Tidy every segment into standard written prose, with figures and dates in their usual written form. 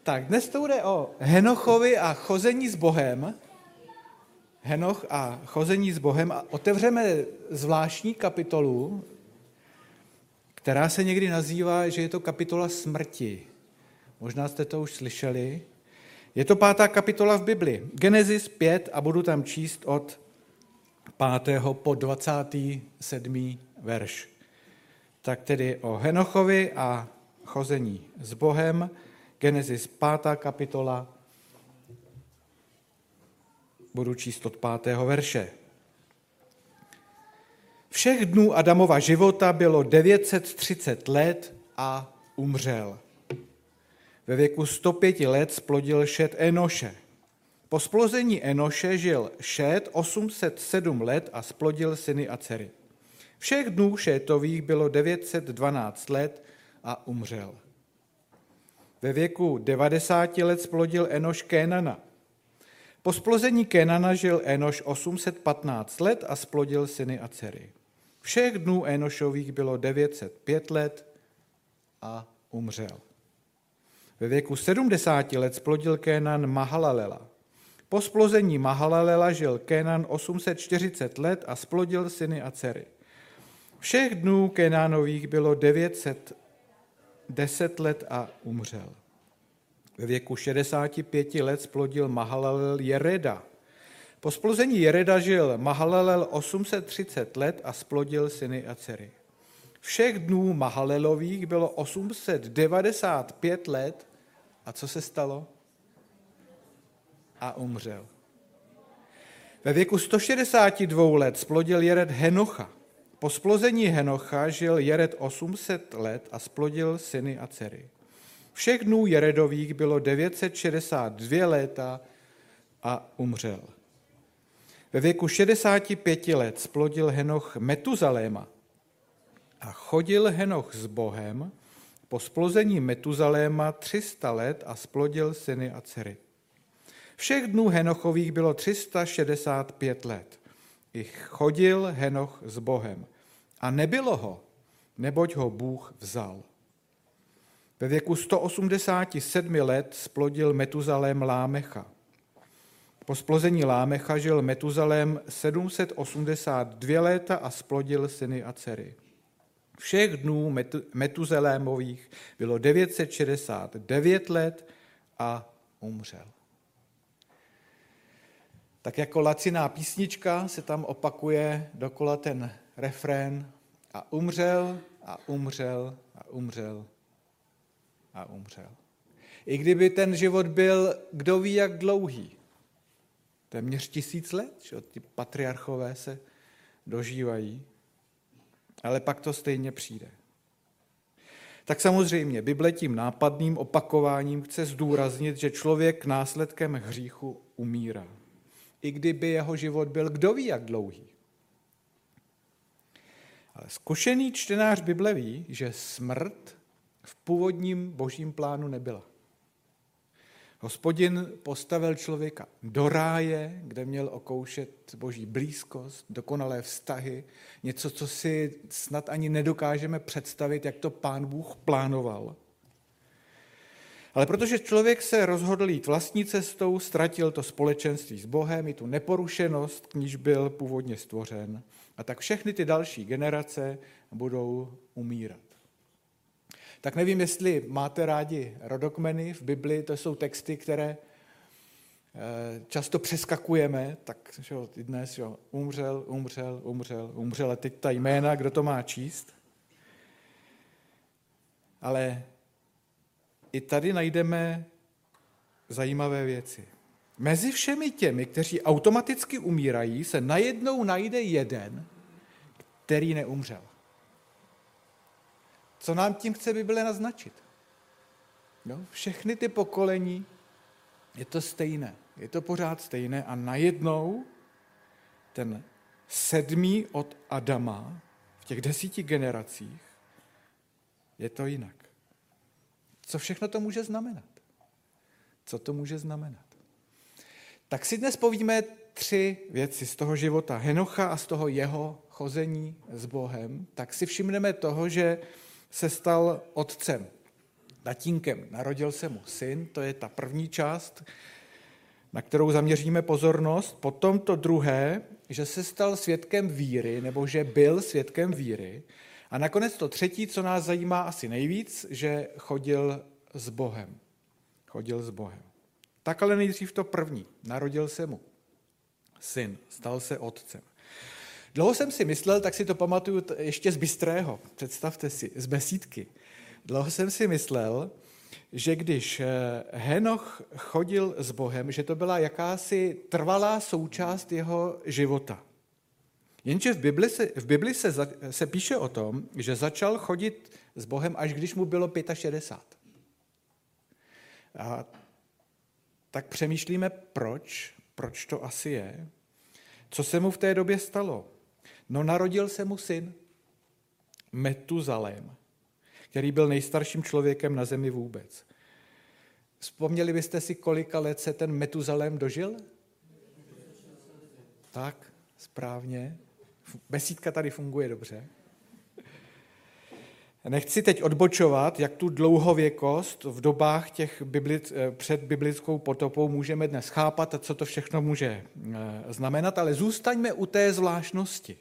Tak, dnes to bude o Henochovi a chození s Bohem. Henoch a chození s Bohem. A otevřeme zvláštní kapitolu, která se někdy nazývá, že je to kapitola smrti. Možná jste to už slyšeli. Je to 5. kapitola v Bibli. Genesis 5 a budu tam číst od 5. po 27. verš. Tak tedy o Henochovi a chození s Bohem. Genesis 5. kapitola, budu číst od 5. verše. Všech dnů Adamova života bylo 930 let a umřel. Ve věku 105 let splodil Šet Enoše. Po splození Enoše žil Šet 807 let a splodil syny a dcery. Všech dnů Šetových bylo 912 let a umřel. Ve věku 90 let splodil Enoš Kénana. Po splození Kénana žil Enoš 815 let a splodil syny a dcery. Všech dnů Enošových bylo 905 let a umřel. Ve věku 70 let splodil Kénan Mahalalela. Po splození Mahalalela žil Kénan 840 let a splodil syny a dcery. Všech dnů Kénánových bylo 910 let a umřel. Ve věku 65 let splodil Mahalalel Jereda. Po splození Jereda žil Mahalalel 830 let a splodil syny a dcery. Všech dnů Mahalelových bylo 895 let a co se stalo? A umřel. Ve věku 162 let splodil Jered Henocha. Po splození Henocha žil Jered 800 let a splodil syny a dcery. Všech dnů Jeredových bylo 962 léta a umřel. Ve věku 65 let splodil Henoch Metuzaléma. A chodil Henoch s Bohem po splození Metuzaléma 300 let a splodil syny a dcery. Všech dnů Henochových bylo 365 let. I chodil Henoch s Bohem. A nebylo ho, neboť ho Bůh vzal. Ve věku 187 let splodil Metuzalém Lámecha. Po splození Lámecha žil Metuzalém 782 léta a splodil syny a dcery. Všech dnů Metuzalémových bylo 969 let a umřel. Tak jako laciná písnička se tam opakuje dokola ten refrén a umřel a umřel a umřel a umřel. I kdyby ten život byl kdo ví jak dlouhý, téměř 1000 let, že ti patriarchové se dožívají, ale pak to stejně přijde. Tak samozřejmě Bible tím nápadným opakováním chce zdůraznit, že člověk následkem hříchu umírá. I kdyby jeho život byl kdo ví jak dlouhý. Ale zkušený čtenář Bible ví, že smrt v původním božím plánu nebyla. Hospodin postavil člověka do ráje, kde měl okoušet boží blízkost, dokonalé vztahy, něco, co si snad ani nedokážeme představit, jak to Pán Bůh plánoval. Ale protože člověk se rozhodl jít vlastní cestou, ztratil to společenství s Bohem i tu neporušenost, k níž byl původně stvořen, a tak všechny ty další generace budou umírat. Tak nevím, jestli máte rádi rodokmeny v Bibli, to jsou texty, které často přeskakujeme, tak dnes umřel, a teď ta jména, kdo to má číst. Ale i tady najdeme zajímavé věci. Mezi všemi těmi, kteří automaticky umírají, se najednou najde jeden, který neumřel. Co nám tím chce Bible naznačit? No, všechny ty pokolení, je to stejné, je to pořád stejné a najednou ten 7. od Adama v těch 10 generacích je to jinak. Co všechno to může znamenat? Co to může znamenat? Tak si dnes povíme 3 věci z toho života Henocha a z toho jeho chození s Bohem. Tak si všimneme toho, že se stal otcem tatínkem, narodil se mu syn, to je ta první část, na kterou zaměříme pozornost. Potom to druhé, že se stal svědkem víry, nebo že byl svědkem víry. A nakonec to třetí, co nás zajímá asi nejvíc, že chodil s Bohem. Chodil s Bohem. Tak ale nejdřív to první. Narodil se mu syn, stal se otcem. Dlouho jsem si myslel, tak si to pamatuju ještě z Bystrého, představte si, z Besídky. Dlouho jsem si myslel, že když Henoch chodil s Bohem, že to byla jakási trvalá součást jeho života. Jenže v Bibli se píše o tom, že začal chodit s Bohem, až když mu bylo 65. A tak přemýšlíme, proč to asi je. Co se mu v té době stalo? No, narodil se mu syn, Metuzalém, který byl nejstarším člověkem na zemi vůbec. Vzpomněli byste si, kolika let se ten Metuzalém dožil? Tak, správně. Besídka tady funguje dobře. Nechci teď odbočovat, jak tu dlouhověkost v dobách těch před biblickou potopou můžeme dnes chápat a co to všechno může znamenat, ale zůstaňme u té zvláštnosti.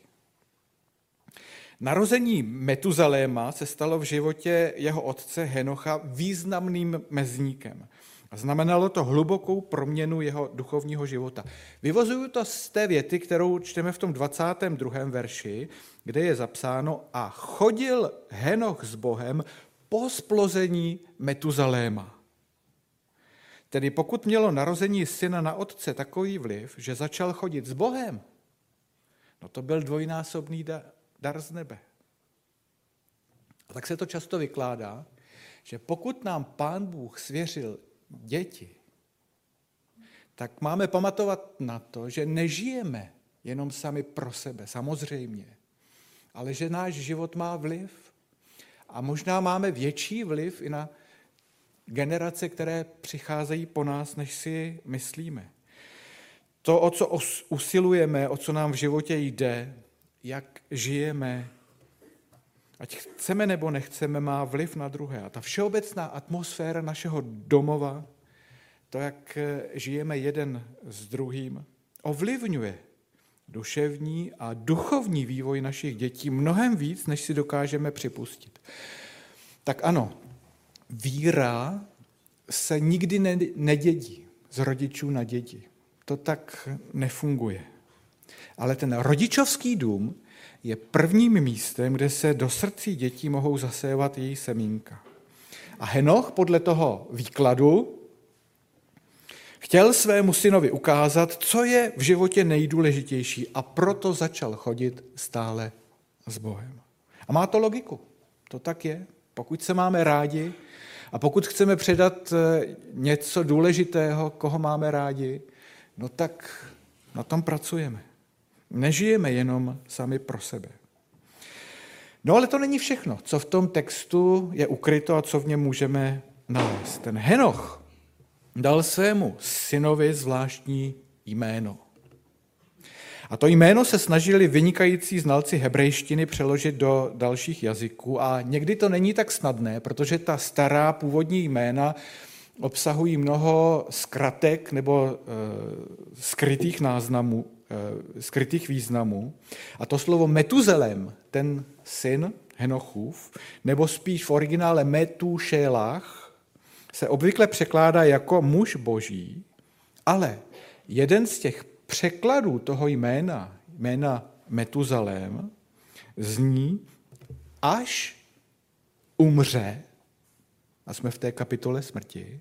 Narození Metuzaléma se stalo v životě jeho otce Henocha významným mezníkem. A znamenalo to hlubokou proměnu jeho duchovního života. Vyvozuju to z té věty, kterou čteme v tom 22. verši, kde je zapsáno: a chodil Henoch s Bohem po splození Metuzaléma. Tedy pokud mělo narození syna na otce takový vliv, že začal chodit s Bohem, no to byl dvojnásobný dar z nebe. A tak se to často vykládá, že pokud nám Pán Bůh svěřil děti, tak máme pamatovat na to, že nežijeme jenom sami pro sebe, samozřejmě, ale že náš život má vliv a možná máme větší vliv i na generace, které přicházejí po nás, než si myslíme. To, o co usilujeme, o co nám v životě jde, jak žijeme, ať chceme nebo nechceme, má vliv na druhé. A ta všeobecná atmosféra našeho domova, to, jak žijeme jeden s druhým, ovlivňuje duševní a duchovní vývoj našich dětí mnohem víc, než si dokážeme připustit. Tak ano, víra se nikdy nedědí z rodičů na děti. To tak nefunguje. Ale ten rodičovský dům je prvním místem, kde se do srdcí dětí mohou zasévat její semínka. A Henoch podle toho výkladu chtěl svému synovi ukázat, co je v životě nejdůležitější, a proto začal chodit stále s Bohem. A má to logiku. To tak je. Pokud se máme rádi a pokud chceme předat něco důležitého, koho máme rádi, no tak na tom pracujeme. Nežijeme jenom sami pro sebe. No ale to není všechno, co v tom textu je ukryto a co v něm můžeme nalézt. Ten Henoch dal svému synovi zvláštní jméno. A to jméno se snažili vynikající znalci hebrejštiny přeložit do dalších jazyků a někdy to není tak snadné, protože ta stará původní jména obsahují mnoho zkratek nebo skrytých náznamů, skrytých významů. A to slovo Metuzalém, ten syn Henochův, nebo spíš v originále Metušelach, se obvykle překládá jako muž boží, ale jeden z těch překladů toho jména Metuzalém, zní až umře, a jsme v té kapitole smrti,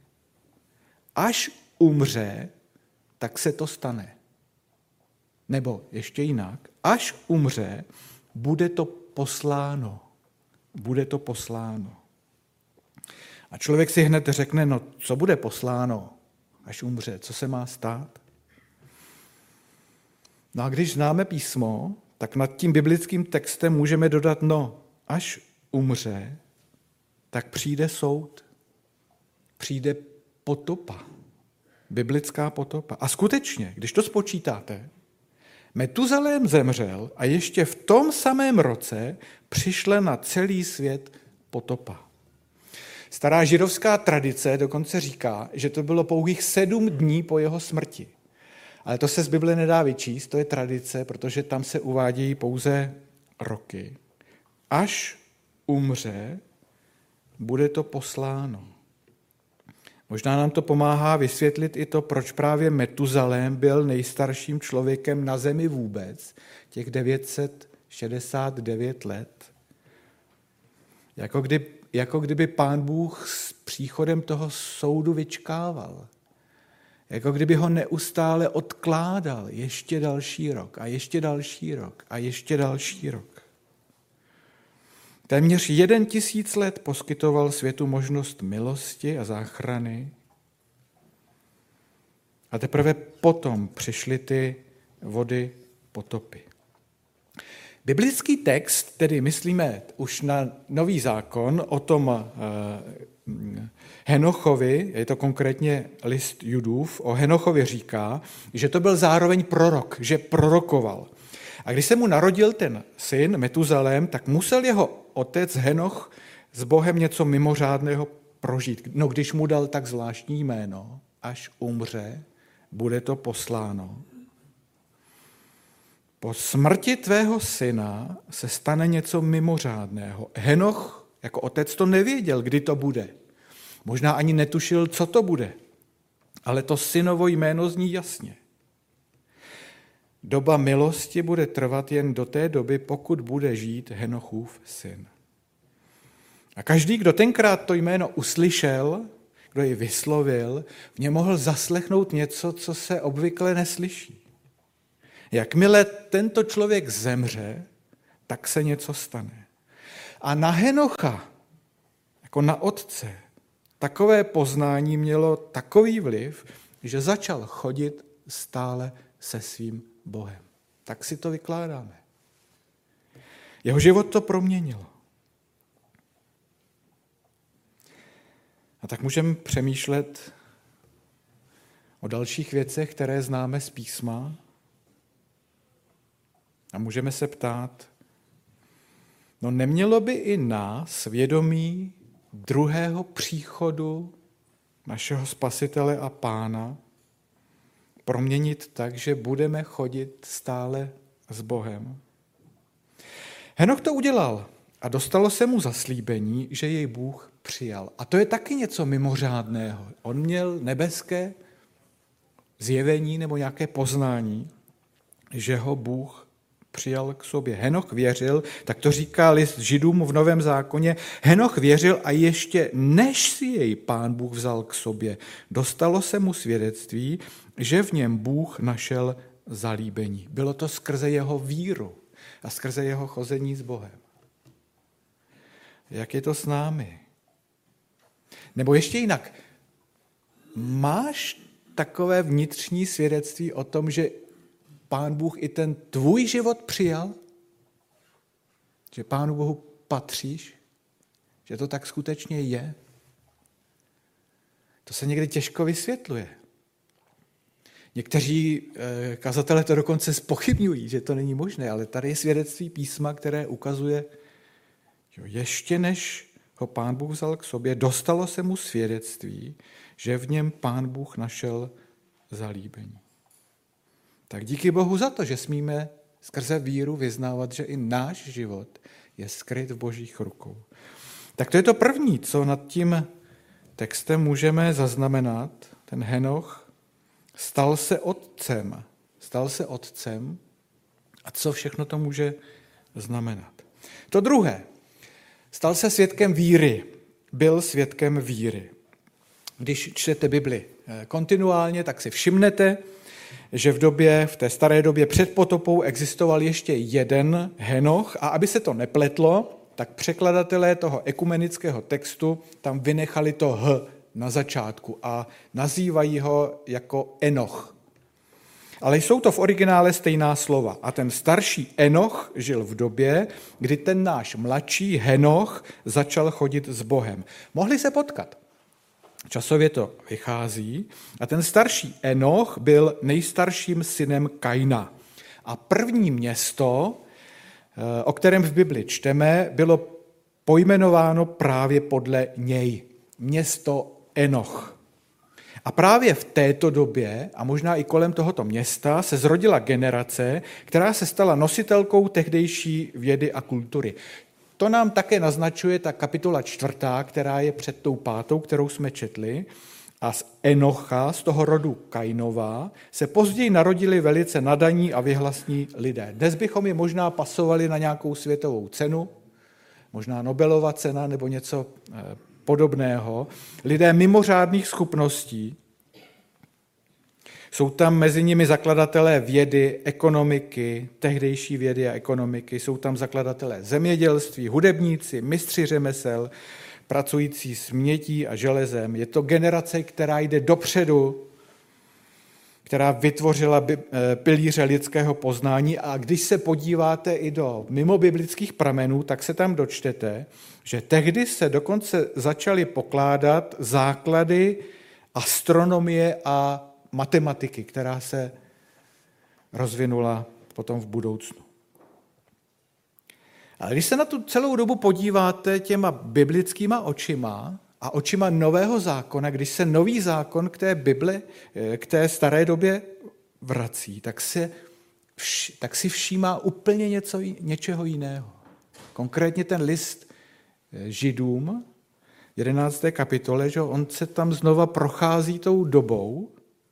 až umře, tak se to stane. Nebo ještě jinak, až umře, bude to posláno. Bude to posláno. A člověk si hned řekne, no co bude posláno, až umře, co se má stát? No a když známe písmo, tak nad tím biblickým textem můžeme dodat, no až umře, tak přijde soud, přijde potopa, biblická potopa. A skutečně, když to spočítáte, Metuzalém zemřel a ještě v tom samém roce přišla na celý svět potopa. Stará židovská tradice dokonce říká, že to bylo pouhých 7 dní po jeho smrti. Ale to se z Bible nedá vyčíst, to je tradice, protože tam se uvádějí pouze roky. Až umře, bude to posláno. Možná nám to pomáhá vysvětlit i to, proč právě Metuzalém byl nejstarším člověkem na zemi vůbec, těch 969 let. Jako kdyby Pán Bůh s příchodem toho soudu vyčkával. Jako kdyby ho neustále odkládal ještě další rok a ještě další rok a ještě další rok. Téměř 1000 let poskytoval světu možnost milosti a záchrany a teprve potom přišly ty vody potopy. Biblický text, tedy myslíme už na Nový zákon, o tom Henochovi, je to konkrétně list Judův, o Henochovi říká, že to byl zároveň prorok, že prorokoval. A když se mu narodil ten syn Metuzalém, tak musel jeho otec Henoch s Bohem něco mimořádného prožít. No, když mu dal tak zvláštní jméno, až umře, bude to posláno. Po smrti tvého syna se stane něco mimořádného. Henoch jako otec to nevěděl, kdy to bude. Možná ani netušil, co to bude. Ale to synovo jméno zní jasně. Doba milosti bude trvat jen do té doby, pokud bude žít Henochův syn. A každý, kdo tenkrát to jméno uslyšel, kdo ji vyslovil, v něm mohl zaslechnout něco, co se obvykle neslyší. Jakmile tento člověk zemře, tak se něco stane. A na Henocha, jako na otce, takové poznání mělo takový vliv, že začal chodit stále se svým Bohem. Tak si to vykládáme. Jeho život to proměnilo. A tak můžeme přemýšlet o dalších věcech, které známe z písma, a můžeme se ptát, no nemělo by i nás vědomí druhého příchodu našeho Spasitele a Pána proměnit tak, že budeme chodit stále s Bohem? Henoch to udělal a dostalo se mu zaslíbení, že jej Bůh přijal. A to je taky něco mimořádného. On měl nebeské zjevení nebo nějaké poznání, že ho Bůh přijal k sobě. Henoch věřil, tak to říká list Židům v Novém zákoně, Henoch věřil a ještě než si jej Pán Bůh vzal k sobě, dostalo se mu svědectví, že v něm Bůh našel zalíbení. Bylo to skrze jeho víru a skrze jeho chození s Bohem. Jak je to s námi? Nebo ještě jinak, máš takové vnitřní svědectví o tom, že Pán Bůh i ten tvůj život přijal? Že Pánu Bohu patříš? Že to tak skutečně je? To se někdy těžko vysvětluje. Někteří kazatelé to dokonce zpochybňují, že to není možné, ale tady je svědectví písma, které ukazuje, že ještě než ho Pán Bůh vzal k sobě, dostalo se mu svědectví, že v něm Pán Bůh našel zalíbení. Tak díky Bohu za to, že smíme skrze víru vyznávat, že i náš život je skryt v Božích rukou. Tak to je to první, co nad tím textem můžeme zaznamenat. Ten Henoch stal se otcem. A co všechno to může znamenat? To druhé. Stal se svědkem víry. Byl svědkem víry. Když čtete Bibli kontinuálně, tak si všimnete, že v té staré době před potopou existoval ještě jeden Henoch a aby se to nepletlo, tak překladatelé toho ekumenického textu tam vynechali to H na začátku a nazývají ho jako Enoch. Ale jsou to v originále stejná slova. A ten starší Enoch žil v době, kdy ten náš mladší Henoch začal chodit s Bohem. Mohli se potkat. Časově to vychází. A ten starší Enoch byl nejstarším synem Kaina. A první město, o kterém v Bibli čteme, bylo pojmenováno právě podle něj. město Enoch. A právě v této době, a možná i kolem tohoto města, se zrodila generace, která se stala nositelkou tehdejší vědy a kultury. To nám také naznačuje ta kapitola 4., která je před tou 5., kterou jsme četli. A z Enocha, z toho rodu Kainova, se později narodili velice nadaní a vyhlasní lidé. Dnes bychom je možná pasovali na nějakou světovou cenu, možná Nobelova cena nebo něco podobného. Lidé mimořádných schopností. Jsou tam mezi nimi zakladatelé vědy, ekonomiky, tehdejší vědy a ekonomiky, jsou tam zakladatelé zemědělství, hudebníci, mistři řemesel, pracující s mědí a železem. Je to generace, která jde dopředu, která vytvořila pilíře lidského poznání, a když se podíváte i do mimobiblických pramenů, tak se tam dočtete, že tehdy se dokonce začaly pokládat základy astronomie a matematiky, která se rozvinula potom v budoucnu. Ale když se na tu celou dobu podíváte těma biblickýma očima a očima Nového zákona, když se Nový zákon k té Bibli, k té staré době vrací, tak si všímá úplně něčeho jiného. Konkrétně ten list Židům, 11. kapitole, že on se tam znova prochází tou dobou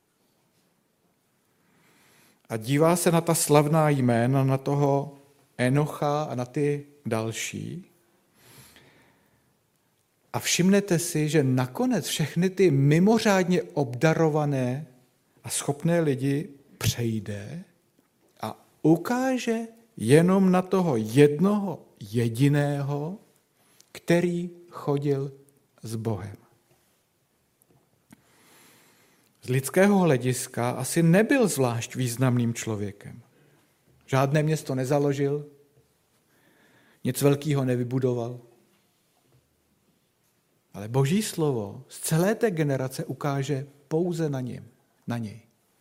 a dívá se na ta slavná jména, na toho Enocha a na ty další. A všimnete si, že nakonec všechny ty mimořádně obdarované a schopné lidi přejde a ukáže jenom na toho jednoho jediného, který chodil s Bohem. Z lidského hlediska asi nebyl zvlášť významným člověkem. Žádné město nezaložil, nic velkého nevybudoval. Ale Boží slovo z celé té generace ukáže pouze na něj.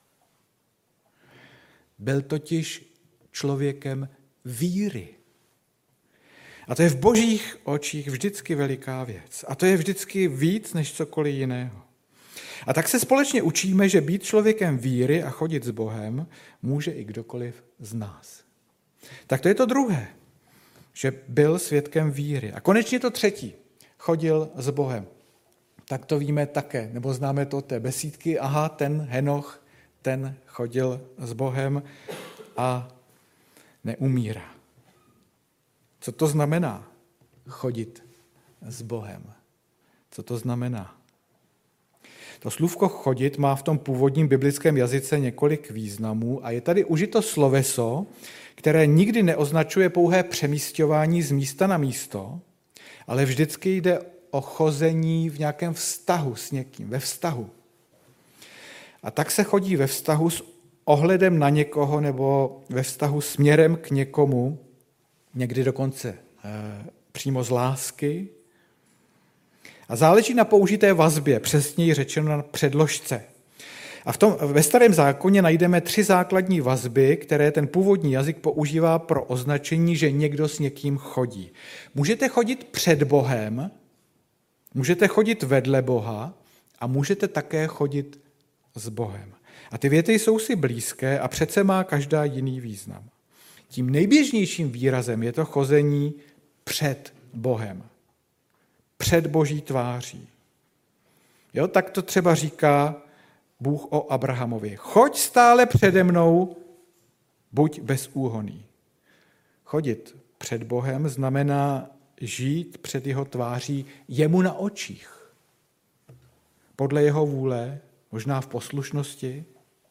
Byl totiž člověkem víry. A to je v Božích očích vždycky veliká věc. A to je vždycky víc než cokoliv jiného. A tak se společně učíme, že být člověkem víry a chodit s Bohem může i kdokoliv z nás. Tak to je to druhé, že byl svědkem víry. A konečně to třetí, chodil s Bohem. Tak to víme také, nebo známe to od té besídky. Aha, ten Henoch, ten chodil s Bohem a neumírá. Co to znamená chodit s Bohem? Co to znamená? To slůvko chodit má v tom původním biblickém jazyce několik významů a je tady užito sloveso, které nikdy neoznačuje pouhé přemísťování z místa na místo, ale vždycky jde o chození v nějakém vztahu s někým, ve vztahu. A tak se chodí ve vztahu s ohledem na někoho nebo ve vztahu směrem k někomu, někdy dokonce přímo z lásky. A záleží na použité vazbě, přesněji řečeno na předložce. A ve Starém zákoně najdeme 3 základní vazby, které ten původní jazyk používá pro označení, že někdo s někým chodí. Můžete chodit před Bohem, můžete chodit vedle Boha a můžete také chodit s Bohem. A ty věty jsou si blízké a přece má každá jiný význam. Tím nejběžnějším výrazem je to chození před Bohem. Před Boží tváří. Jo, tak to třeba říká Bůh o Abrahamovi. Choď stále přede mnou, buď bezúhonný. Chodit před Bohem znamená žít před jeho tváří jemu na očích. Podle jeho vůle, možná v poslušnosti.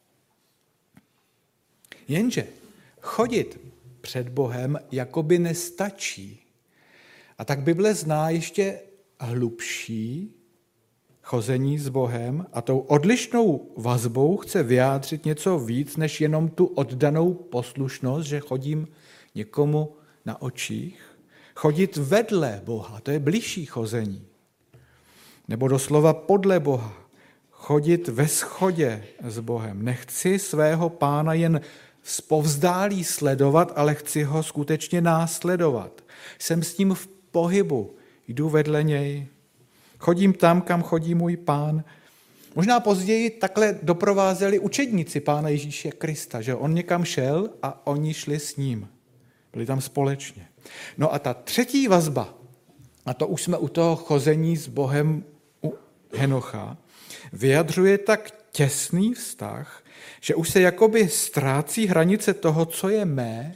Jenže chodit před Bohem jakoby nestačí. A tak Bible zná ještě hlubší chození s Bohem a tou odlišnou vazbou chce vyjádřit něco víc, než jenom tu oddanou poslušnost, že chodím někomu na očích. Chodit vedle Boha, to je bližší chození. Nebo doslova podle Boha. Chodit ve shodě s Bohem. Nechci svého Pána jen zpovzdálí sledovat, ale chci ho skutečně následovat. Jsem s ním v pohybu, jdu vedle něj. Chodím tam, kam chodí můj Pán. Možná později takhle doprovázeli učedníci Pána Ježíše Krista, že on někam šel a oni šli s ním. Byli tam společně. No a ta třetí vazba, a to už jsme u toho chození s Bohem u Henocha, vyjadřuje tak těsný vztah, že už se jakoby ztrácí hranice toho, co je mé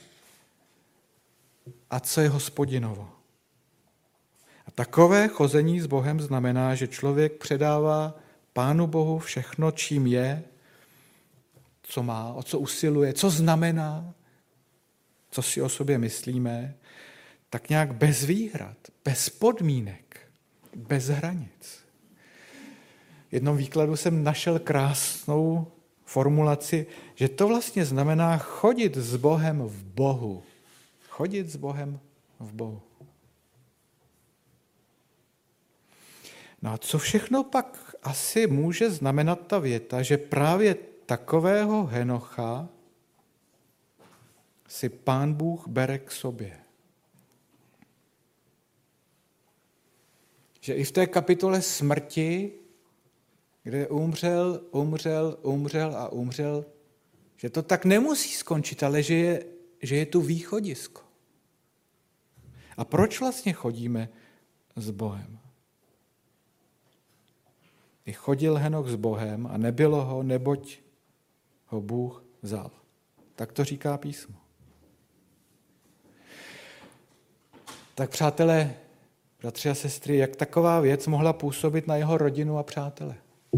a co je Hospodinovo. A takové chození s Bohem znamená, že člověk předává Pánu Bohu všechno, čím je, co má, o co usiluje, co znamená, co si o sobě myslíme, tak nějak bez výhrad, bez podmínek, bez hranic. V jednom výkladu jsem našel krásnou formulaci, že to vlastně znamená chodit s Bohem v Bohu. Chodit s Bohem v Bohu. No a co všechno pak asi může znamenat ta věta, že právě takového Henocha si Pán Bůh bere k sobě. Že i v té kapitole smrti, kde umřel, že to tak nemusí skončit, ale že je tu východisko. A proč vlastně chodíme s Bohem? I chodil Henoch s Bohem a nebylo ho, neboť ho Bůh vzal. Tak to říká písmo. Tak přátelé, bratři a sestry, jak taková věc mohla působit na jeho rodinu a přátele?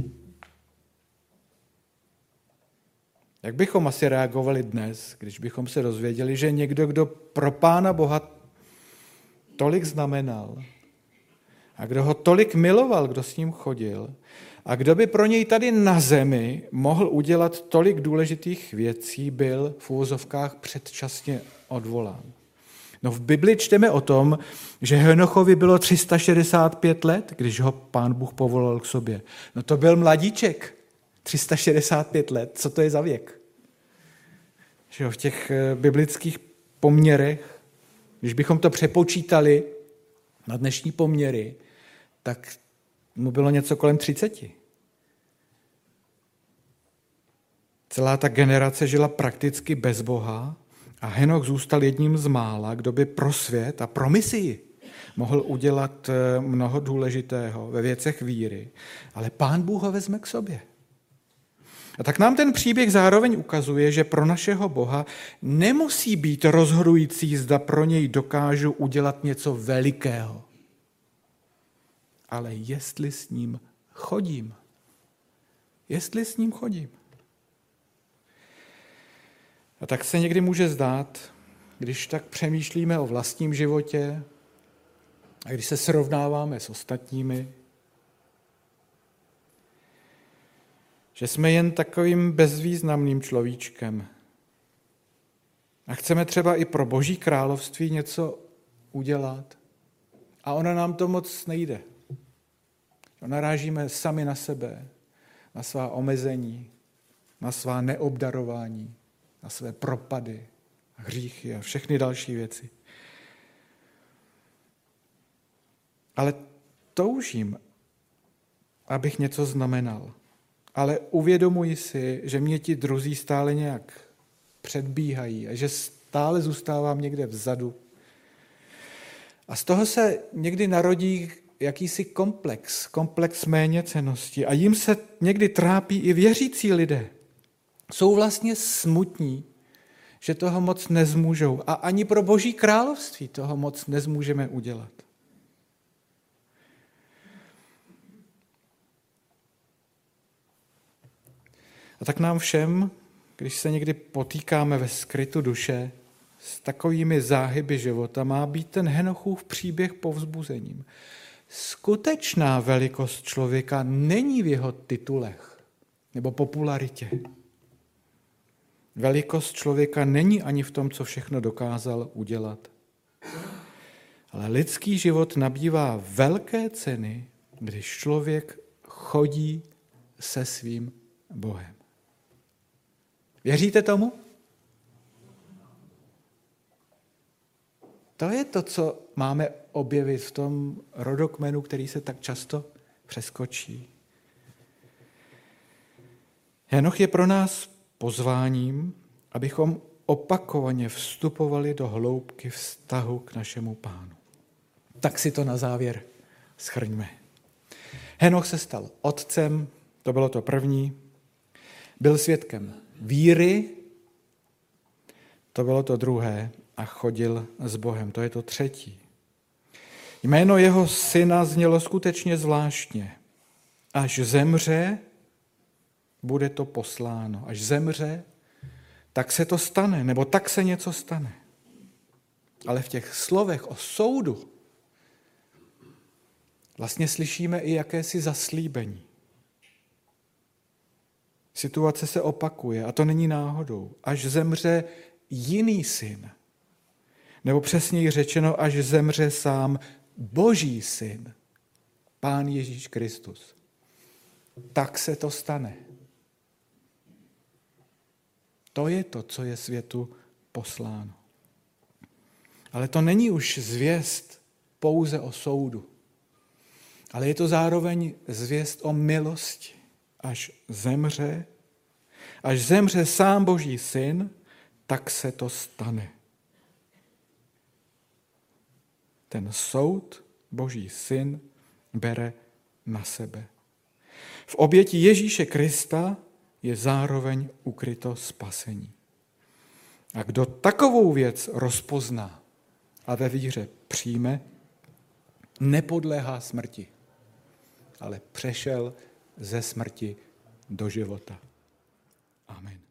Jak bychom asi reagovali dnes, když bychom se dozvěděli, že někdo, kdo pro Pána Boha tolik znamenal a kdo ho tolik miloval, kdo s ním chodil a kdo by pro něj tady na zemi mohl udělat tolik důležitých věcí, byl v uvozovkách předčasně odvolán. No v Bibli čteme o tom, že Henochovi bylo 365 let, když ho Pán Bůh povolal k sobě. No to byl mladíček. 365 let. Co to je za věk? Že v těch biblických poměrech, když bychom to přepočítali na dnešní poměry, tak mu bylo něco kolem 30. Celá ta generace žila prakticky bez Boha a Henoch zůstal jedním z mála, kdo by pro svět a pro misii mohl udělat mnoho důležitého ve věcech víry, ale Pán Bůh ho vezme k sobě. A tak nám ten příběh zároveň ukazuje, že pro našeho Boha nemusí být rozhodující, zda pro něj dokážu udělat něco velikého, ale jestli s ním chodím. Jestli s ním chodím. A tak se někdy může zdát, když tak přemýšlíme o vlastním životě a když se srovnáváme s ostatními, že jsme jen takovým bezvýznamným človíčkem. A chceme třeba i pro Boží království něco udělat. A ono nám to moc nejde. Narážíme sami na sebe, na svá omezení, na svá neobdarování, na své propady, hříchy a všechny další věci. Ale toužím, abych něco znamenal. Ale uvědomuji si, že mě ti druzí stále nějak předbíhají a že stále zůstávám někde vzadu. A z toho se někdy narodí jakýsi komplex méněcennosti a jim se někdy trápí i věřící lidé. Jsou vlastně smutní, že toho moc nezmůžou a ani pro Boží království toho moc nezmůžeme udělat. A tak nám všem, když se někdy potýkáme ve skrytu duše s takovými záhyby života, má být ten Henochův příběh povzbuzením. Skutečná velikost člověka není v jeho titulech nebo popularitě. Velikost člověka není ani v tom, co všechno dokázal udělat. Ale lidský život nabývá velké ceny, když člověk chodí se svým Bohem. Věříte tomu? To je to, co máme objevit v tom rodokmenu, který se tak často přeskočí. Henoch je pro nás pozváním, abychom opakovaně vstupovali do hloubky vztahu k našemu Pánu. Tak si to na závěr shrňme. Henoch se stal otcem, to bylo to první. Byl svědkem víry, to bylo to druhé. A chodil s Bohem, to je to třetí. Jméno jeho syna znělo skutečně zvláštně. Až zemře, bude to posláno. Až zemře, tak se to stane, nebo tak se něco stane. Ale v těch slovech o soudu vlastně slyšíme i jakési zaslíbení. Situace se opakuje a to není náhodou. Až zemře jiný syn, nebo přesněji řečeno, až zemře sám Boží syn, Pán Ježíš Kristus, tak se to stane. To je to, co je světu posláno. Ale to není už zvěst pouze o soudu, ale je to zároveň zvěst o milosti. Až zemře sám Boží syn, tak se to stane. Ten soud Boží syn bere na sebe. V oběti Ježíše Krista je zároveň ukryto spasení. A kdo takovou věc rozpozná a ve víře přijme, nepodléhá smrti, ale přešel ze smrti do života. Amen.